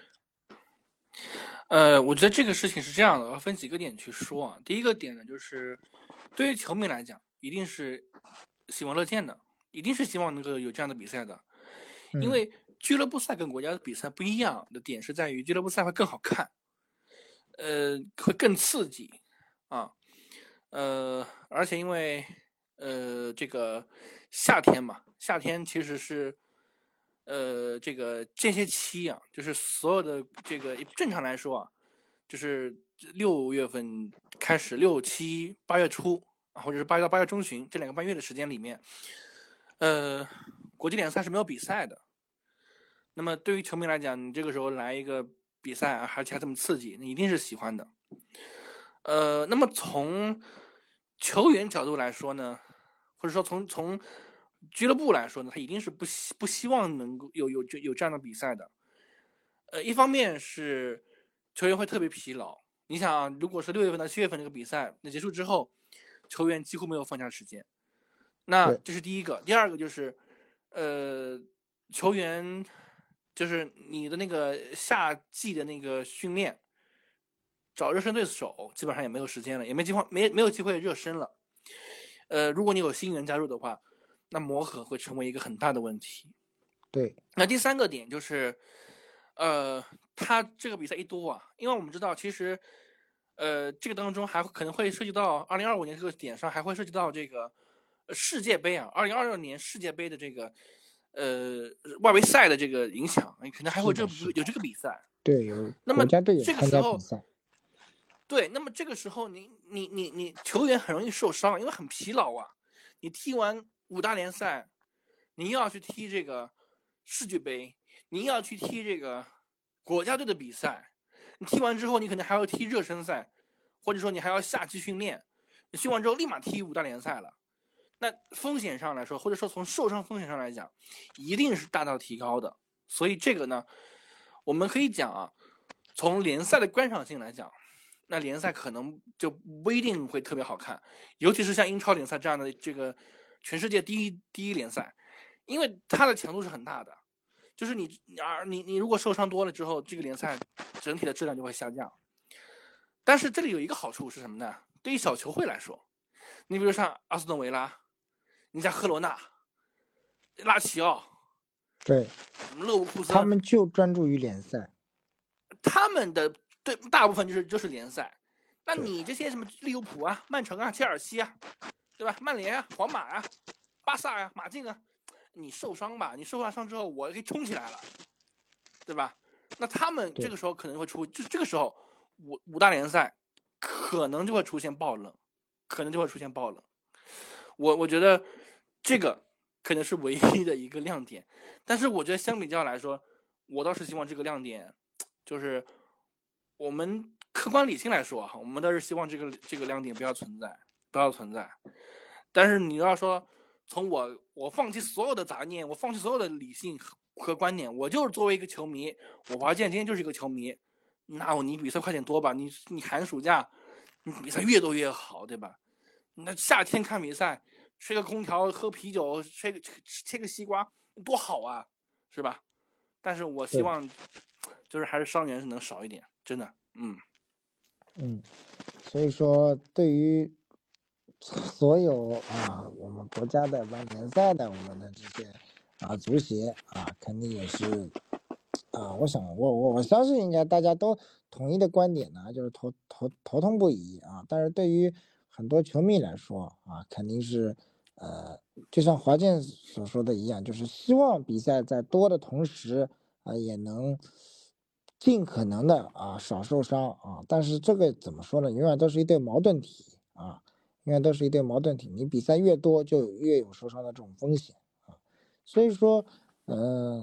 呃，我觉得这个事情是这样的，我要分几个点去说啊。第一个点呢，就是对于球迷来讲，一定是喜闻乐见的，一定是希望能够有这样的比赛的，因嗯， 为俱乐部赛跟国家的比赛不一样的点是在于俱乐部赛会更好看，呃，会更刺激啊，呃，而且因为呃这个夏天嘛，夏天其实是呃这个间歇期啊，就是所有的这个正常来说啊，就是六月份开始，六七八月初啊，或者是八月到八月中旬这两个半月的时间里面，呃，国际联赛是没有比赛的。那么对于球迷来讲，你这个时候来一个比赛啊，而且还这么刺激，那一定是喜欢的。呃，那么从球员角度来说呢，或者说从从俱乐部来说呢，他一定是不希不希望能够有有有这样的比赛的。呃，一方面是球员会特别疲劳，你想啊，如果是六月份到七月份这个比赛，那结束之后，球员几乎没有放假时间。那对这是第一个，第二个就是，呃，球员就是你的那个夏季的那个训练，找热身对手基本上也没有时间了，也没机会没没有机会热身了。呃，如果你有新人加入的话，那磨合会成为一个很大的问题。 对， 那第三个点就是，呃，他这个比赛一多啊，因为我们知道其实，呃，这个当中还可能会涉及到二零二五年这个点上，还会涉及到这个世界杯啊，二零二六年世界杯的这个呃外围赛的这个影响，可能还会这是的，是的， 有这个比赛。 对，有那么国家队也这个参时候， 加比赛， 对，那么这个时候你你你你球员很容易受伤，因为很疲劳啊。你踢完五大联赛，你又要去踢这个世俱杯，你又要去踢这个国家队的比赛，你踢完之后，你可能还要踢热身赛，或者说你还要夏季训练，你训完之后立马踢五大联赛了。那风险上来说，或者说从受伤风险上来讲，一定是大大提高的。所以这个呢，我们可以讲啊，从联赛的观赏性来讲，那联赛可能就不一定会特别好看，尤其是像英超联赛这样的这个全世界第一第一联赛，因为它的强度是很大的。就是你啊，你你如果受伤多了之后，这个联赛整体的质量就会下降。但是这里有一个好处是什么呢？对于小球会来说，你比如像阿斯顿维拉，你像赫罗纳、拉齐奥、 对， 勒沃库森， 他们就专注于联赛， 他们的对大部分就是就是联赛。那对你这些什么利物浦啊、曼城啊、切尔西啊，对吧？曼联啊、皇马啊、巴萨啊、马竞啊，你受伤吧？你受完伤之后，我给冲起来了，对吧？那他们这个时候可能会出，就是这个时候五五大联赛可能就会出现爆冷，可能就会出现爆冷。我我觉得这个可能是唯一的一个亮点，但是我觉得相比较来说，我倒是希望这个亮点就是我们客观理性来说，我们倒是希望这个这个亮点不要存在，不要存在。但是你要说从我我放弃所有的杂念，我放弃所有的理性和观念，我就是作为一个球迷，我华健今天就是一个球迷，那我你比赛快点多吧，你你寒暑假你比赛越多越好，对吧？那夏天看比赛，吹个空调，喝啤酒，吹个切个西瓜，多好啊，是吧？但是我希望，就是还是伤员是能少一点，真的，嗯嗯，所以说对于所有啊我们国家的玩联赛的我们的这些啊足协啊，肯定也是啊，我想我我我相信应该大家都统一的观点呢，就是头头头痛不已啊。但是对于很多球迷来说啊，肯定是呃，就像华健所说的一样，就是希望比赛在多的同时啊，也能尽可能的啊少受伤啊。但是这个怎么说呢？永远都是一对矛盾体啊，永远都是一对矛盾体。你比赛越多，就越有受伤的这种风险啊。所以说，嗯、呃。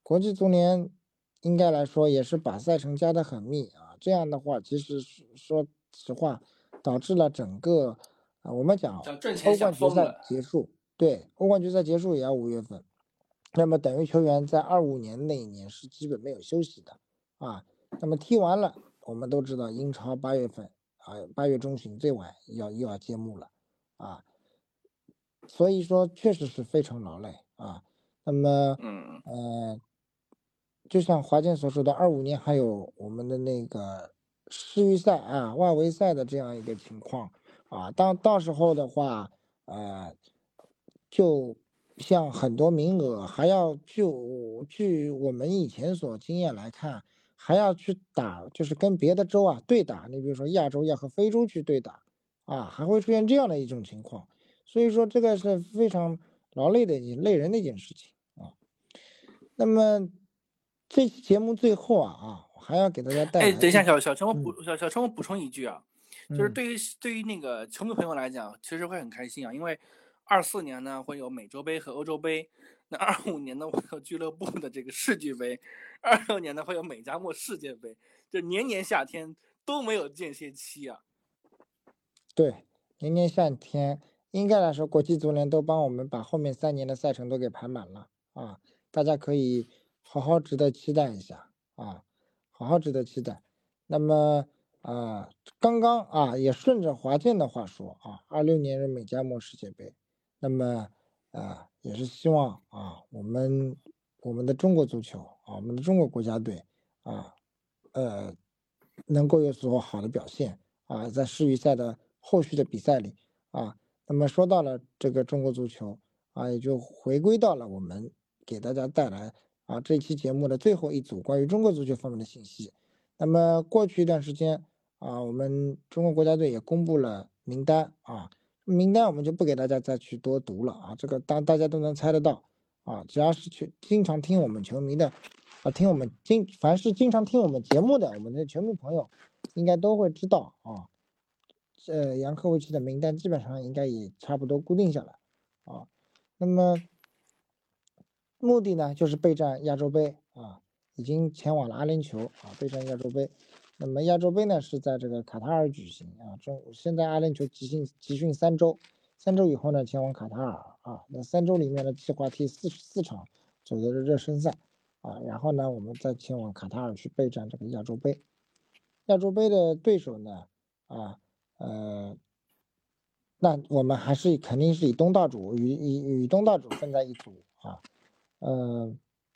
国际足联应该来说也是把赛程加得很密啊，这样的话，其实说实话，导致了整个啊，我们讲想挣钱欧冠决赛想疯了。 结束，对，欧冠决赛结束也要五月份，那么等于球员在二五年那一年是基本没有休息的啊。那么踢完了，我们都知道英超八月份啊，八月中旬最晚要又要揭幕了啊，所以说确实是非常劳累啊。那么， 嗯呃，就像华健所说的，二五年还有我们的那个世预赛啊、外围赛的这样一个情况啊，当到时候的话，呃，就像很多名额还要就据我们以前所经验来看，还要去打，就是跟别的州啊对打。你比如说亚洲要和非洲去对打啊，还会出现这样的一种情况，所以说这个是非常劳累的、累人的一件事情啊。那么这期节目最后啊啊，我还要给大家带哎， 来一， 等一下，小小陈，我补嗯小小陈，我补充一句啊，就是嗯对于对于那个球迷朋友来讲，其实会很开心啊，因为二四年呢会有美洲杯和欧洲杯，那二五年呢会有俱乐部的这个世俱杯，二六年呢会有美加墨世界杯，就年年夏天都没有间歇期啊。 对，年年夏天应该来说，国际足联都帮我们把后面三年的赛程都给排满了啊，大家可以好好值得期待一下啊，好好值得期待。那么啊，刚刚啊也顺着华健的话说啊，二六年是美加墨世界杯，那么啊也是希望啊我们我们的中国足球啊，我们的中国国家队啊，呃能够有所好的表现。啊，在世预赛的后续的比赛里啊，那么说到了这个中国足球啊，也就回归到了我们给大家带来啊这期节目的最后一组关于中国足球方面的信息。那么过去一段时间啊，我们中国国家队也公布了名单啊，名单我们就不给大家再去多读了啊，这个当大家都能猜得到啊，只要是去经常听我们球迷的啊，听我们经凡是经常听我们节目的我们的球迷朋友。应该都会知道啊，这杨科维奇的名单基本上应该也差不多固定下来啊。那么目的呢，就是备战亚洲杯啊，已经前往了阿联酋啊，备战亚洲杯。那么亚洲杯呢是在这个卡塔尔举行啊，中现在阿联酋集训集训三周，三周以后呢前往卡塔尔啊，那三周里面的计划踢四十四场左右的热身赛啊，然后呢我们再前往卡塔尔去备战这个亚洲杯。亚洲杯的对手呢，啊，呃，那我们还是肯定是以东道主与与与东道主分在一组啊，呃，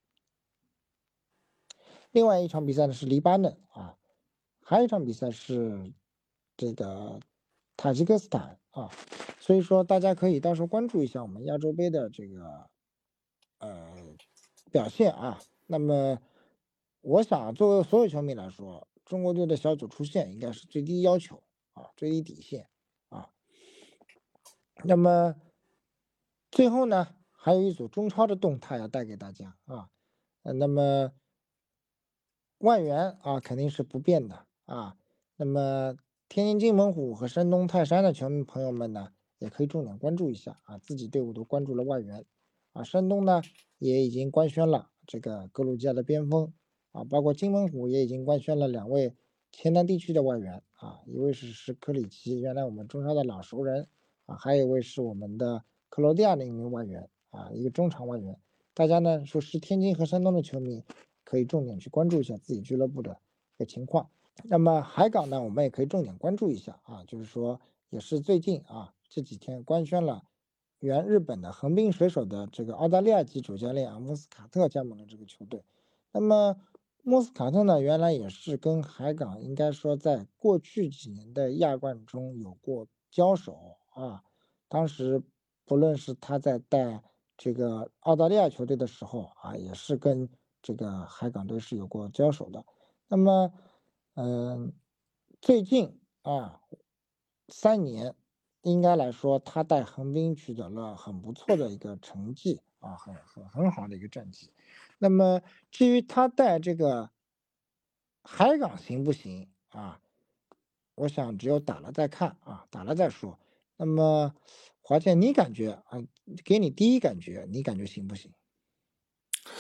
另外一场比赛呢是黎巴嫩啊，还有一场比赛是这个塔吉克斯坦啊，所以说大家可以到时候关注一下我们亚洲杯的这个呃表现啊。那么我想作为所有球迷来说，中国队的小组出线应该是最低要求啊，最低底线啊。那么最后呢，还有一组中超的动态要带给大家啊。呃，那么外援啊肯定是不变的啊。那么天津津门虎和山东泰山的球迷朋友们呢，也可以重点关注一下啊，自己队伍都关注了外援啊。山东呢也已经官宣了这个格鲁吉亚的边锋啊，包括津门虎也已经官宣了两位黔南地区的外援啊，一位是是科里奇，原来我们中超的老熟人啊，还有一位是我们的克罗地亚的一名外援啊，一个中场外援。大家呢说是天津和山东的球迷，可以重点去关注一下自己俱乐部的一个情况。那么海港呢，我们也可以重点关注一下啊，就是说也是最近啊这几天官宣了原日本的横滨水手的这个澳大利亚籍主教练啊莫斯卡特加盟了这个球队。那么莫斯卡特呢，原来也是跟海港应该说在过去几年的亚冠中有过交手啊，当时不论是他在带这个澳大利亚球队的时候啊，也是跟这个海港队是有过交手的。那么，嗯，最近啊，三年应该来说，他带横滨取得了很不错的一个成绩啊，很很很好的一个战绩。那么至于他带这个海港行不行啊？我想只有打了再看啊，打了再说。那么华健，你感觉啊，给你第一感觉，你感觉行不行？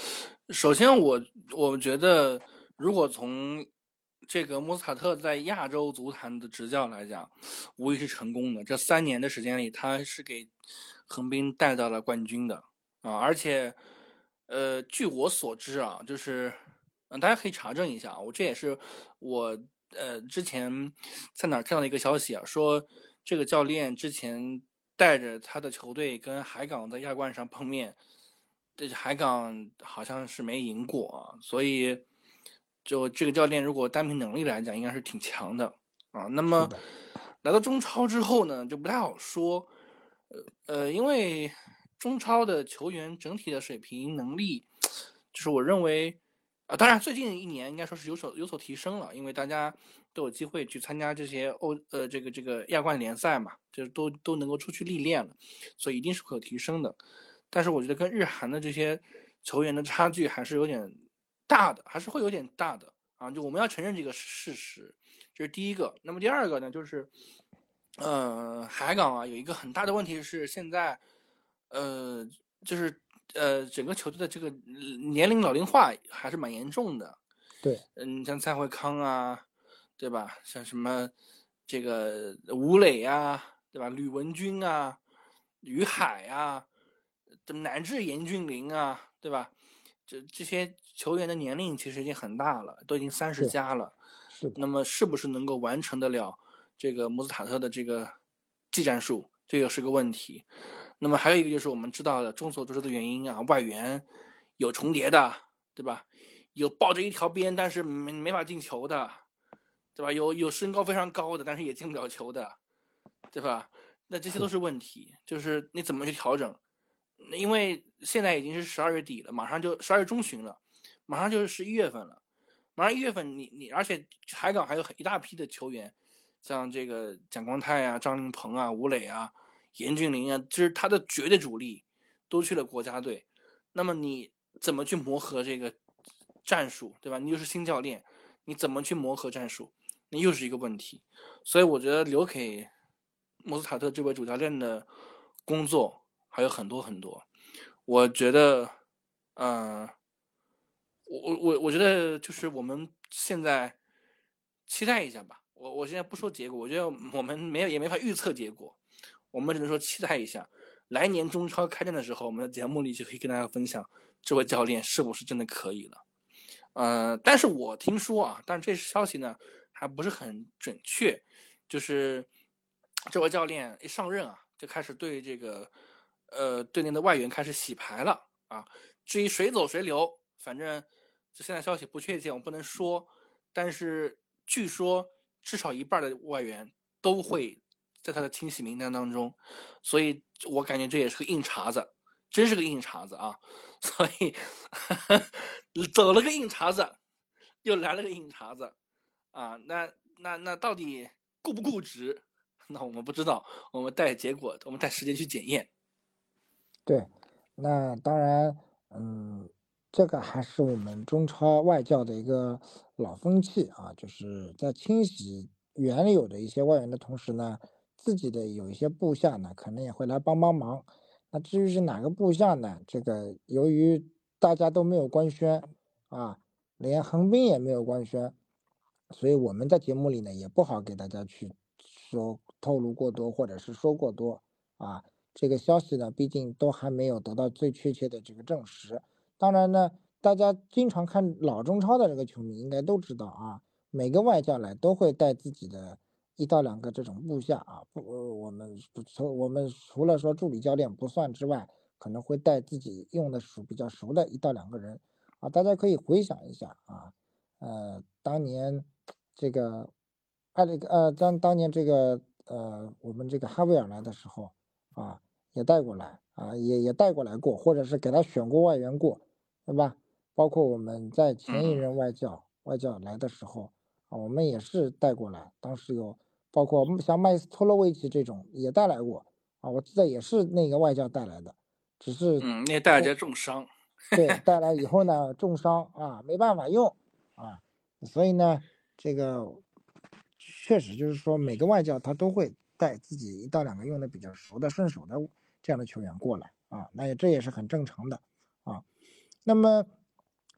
首先我我觉得，如果从这个穆斯塔特在亚洲足坛的执教来讲，无疑是成功的。这三年的时间里，他是给横滨带到了冠军的啊！而且，呃，据我所知啊，就是，嗯，大家可以查证一下，我这也是我呃之前在哪儿看到的一个消息啊，说这个教练之前带着他的球队跟海港在亚冠上碰面。这海港好像是没赢过啊，所以就这个教练如果单凭能力来讲，应该是挺强的啊。那么是的， 来到中超之后呢，就不太好说，呃呃，因为中超的球员整体的水平能力，就是我认为啊，当然最近一年应该说是有所有所提升了，因为大家都有机会去参加这些欧呃这个这个亚冠联赛嘛，就是都都能够出去历练了，所以一定是会有提升的。但是我觉得跟日韩的这些球员的差距还是有点大的，还是会有点大的啊！就我们要承认这个事实，这是第一个。那么第二个呢，就是，呃，海港啊有一个很大的问题是现在，呃，就是呃整个球队的这个年龄老龄化还是蛮严重的。 对， 嗯，像蔡慧康啊，对吧？像什么这个吴磊啊，对吧？吕文君啊，于海啊，乃至严俊凌啊，对吧？这这些球员的年龄其实已经很大了，都已经三十对， 加了。 是的， 那么是不是能够完成得了这个穆斯塔特的这个技战术，这个是个问题。那么还有一个就是我们知道的众所周知的原因啊，外援有重叠的，对吧？有抱着一条边但是没没法进球的，对吧？有有身高非常高的，但是也进不了球的，对吧？那这些都是， 是问题，就是你怎么去调整？因为现在已经是十二月底了，马上就十二月中旬了，马上就是十一月份了，马上一月份你你，而且海港还有一大批的球员，像这个蒋光太啊、张琳芃啊、吴磊啊、严俊凌啊，这是他的绝对主力，都去了国家队。那么你怎么去磨合这个战术，对吧？你又是新教练，你怎么去磨合战术？那又是一个问题。所以我觉得留给莫斯塔特这位主教练的工作还有很多很多。我觉得，嗯、呃，我我我觉得就是我们现在期待一下吧。我我现在不说结果，我觉得我们没有也没法预测结果，我们只能说期待一下。来年中超开战的时候，我们的节目里就可以跟大家分享这位教练是不是真的可以了。呃，但是我听说啊，但是这消息呢还不是很准确，就是这位教练一上任啊，就开始对这个呃队内的外援开始洗牌了啊。至于谁走谁留，反正这现在消息不确切，我不能说。但是据说至少一半的外援都会在他的清洗名单当中，所以我感觉这也是个硬茬子，真是个硬茬子啊。所以走了个硬茬子，又来了个硬茬子啊！那那那到底固不固执？那我们不知道，我们待结果，我们待时间去检验。 对，那当然，嗯，这个还是我们中超外教的一个老风气啊，就是在清洗原有的一些外援的同时呢，自己的有一些部下呢，可能也会来帮帮忙。那至于是哪个部下呢？这个由于大家都没有官宣啊，连横滨也没有官宣，所以我们在节目里呢也不好给大家去说透露过多，或者是说过多啊。这个消息呢，毕竟都还没有得到最确切的这个证实。当然呢，大家经常看老中超的这个球迷应该都知道啊，每个外教来都会带自己的一到两个这种部下啊，不，呃我们除我们除了说助理教练不算之外，可能会带自己用的熟比较熟的一到两个人啊，大家可以回想一下啊，呃，当年这个艾利克呃当当年这个呃我们这个哈维尔来的时候。啊，也带过来啊，也也带过来过，或者是给他选过外援过，对吧？包括我们在前一嗯任外教外教来的时候啊，我们也是带过来，当时有包括像麦斯托洛维奇这种也带来过啊，我记得也是那个外教带来的，只是嗯，那大家重伤。 对带来以后呢重伤啊，没办法用啊，所以呢，这个确实就是说每个外教他都会带自己一到两个用的比较熟的顺手的这样的球员过来啊，那也这也是很正常的啊。那么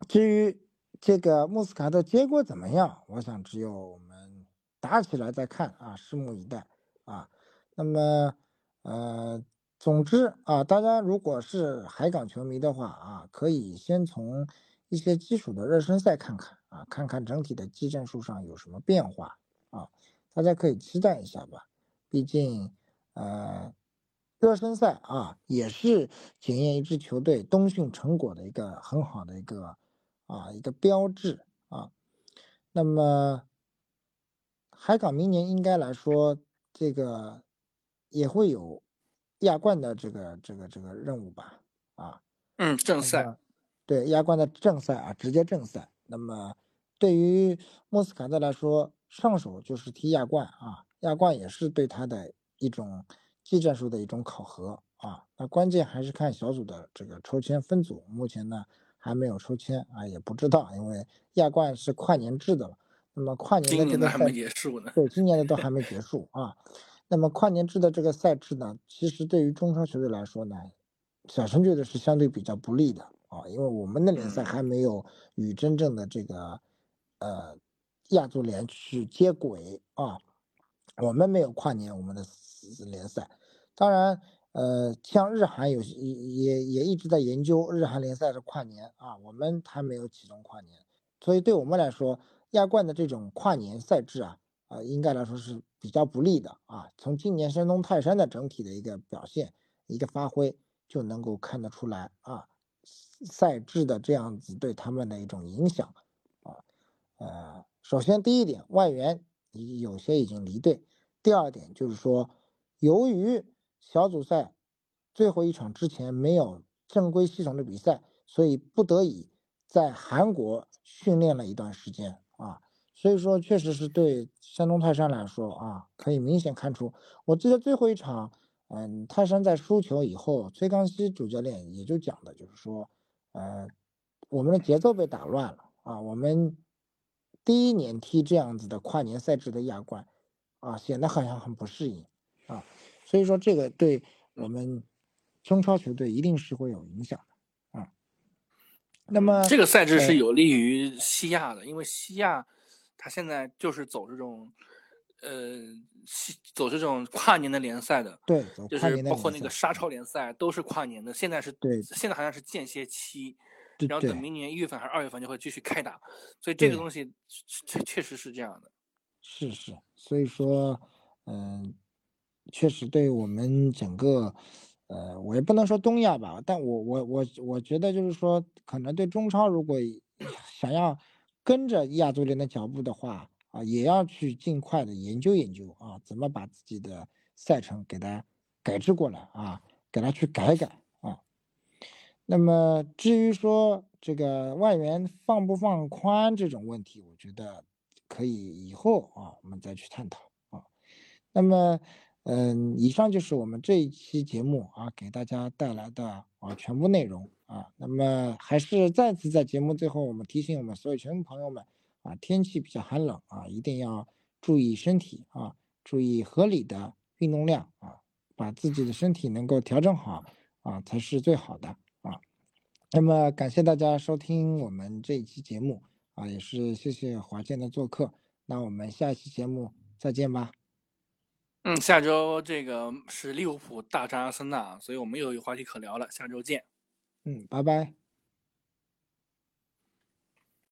至于这个穆斯卡特结果怎么样，我想只有我们打起来再看啊，拭目以待啊。那么，呃，总之啊，大家如果是海港球迷的话啊，可以先从一些基础的热身赛看看啊，看看整体的技战术上有什么变化啊，大家可以期待一下吧。毕竟，呃，热身赛啊，也是检验一支球队冬训成果的一个很好的一个啊一个标志啊。那么海港明年应该来说，这个也会有亚冠的这个这个这个任务吧？啊， 嗯，正赛。 那么对亚冠的正赛啊，直接正赛。那么对于莫斯卡特来说，上手就是踢亚冠啊，亚冠也是对他的一种技战术的一种考核啊。那关键还是看小组的这个抽签分组，目前呢还没有抽签啊，也不知道，因为亚冠是跨年制的了。那么跨年的今年的还没这个赛， 结束呢。 对，今年的都还没结束啊。那么跨年制的这个赛制呢，其实对于中超球队来说呢，小陈觉得是相对比较不利的啊，因为我们的联赛嗯， 还没有与真正的这个呃亚足联去接轨啊，我们没有跨年我们的联赛。当然，呃，像日韩有也也也一直在研究日韩联赛的跨年啊，我们还没有启动跨年。所以对我们来说，亚冠的这种跨年赛制啊，呃，应该来说是比较不利的啊。从今年山东泰山的整体的一个表现、一个发挥，就能够看得出来啊，赛制的这样子对他们的一种影响啊。呃，首先第一点，外援已有些已经离队；第二点就是说，由于小组赛最后一场之前没有正规系统的比赛，所以不得已在韩国训练了一段时间啊。所以说，确实是对山东泰山来说啊，可以明显看出，我记得最后一场，嗯，泰山在输球以后，崔康熙主教练也就讲的，就是说，呃，我们的节奏被打乱了啊，我们第一年踢这样子的跨年赛制的亚冠，啊，显得好像很不适应啊，所以说这个对我们中超球队一定是会有影响的啊。那嗯， 么， 这个赛制是呃， 有利于西亚的，因为西亚它现在就是走这种，呃，西走这种跨年的联赛的， 对，走跨就是年的联赛， 包括那个沙超联赛都是跨年的。现在是对现在好像是间歇期，然后等对对明年一月份还是二月份就会继续开打，所以这个对， 东西确确实是这样的。 是是，所以说，嗯、确实对我们整个，呃，我也不能说东亚吧，但我我我我觉得就是说，可能对中超如果想要跟着亚足联的脚步的话，啊，也要去尽快的研究研究啊，怎么把自己的赛程给它改制过来啊，给它去改改啊。那么至于说这个外援放不放宽这种问题，我觉得可以以后啊我们再去探讨啊。那么，嗯，以上就是我们这一期节目啊给大家带来的啊全部内容啊。那么还是再次在节目最后，我们提醒我们所有球迷朋友们啊，天气比较寒冷啊，一定要注意身体啊，注意合理的运动量啊，把自己的身体能够调整好啊，才是最好的啊。那么感谢大家收听我们这一期节目啊，也是谢谢华健的做客。那我们下一期节目再见吧。 嗯，下周这个是利物浦大战阿森纳，所以我们又有话题可聊了，下周见。 嗯，拜拜。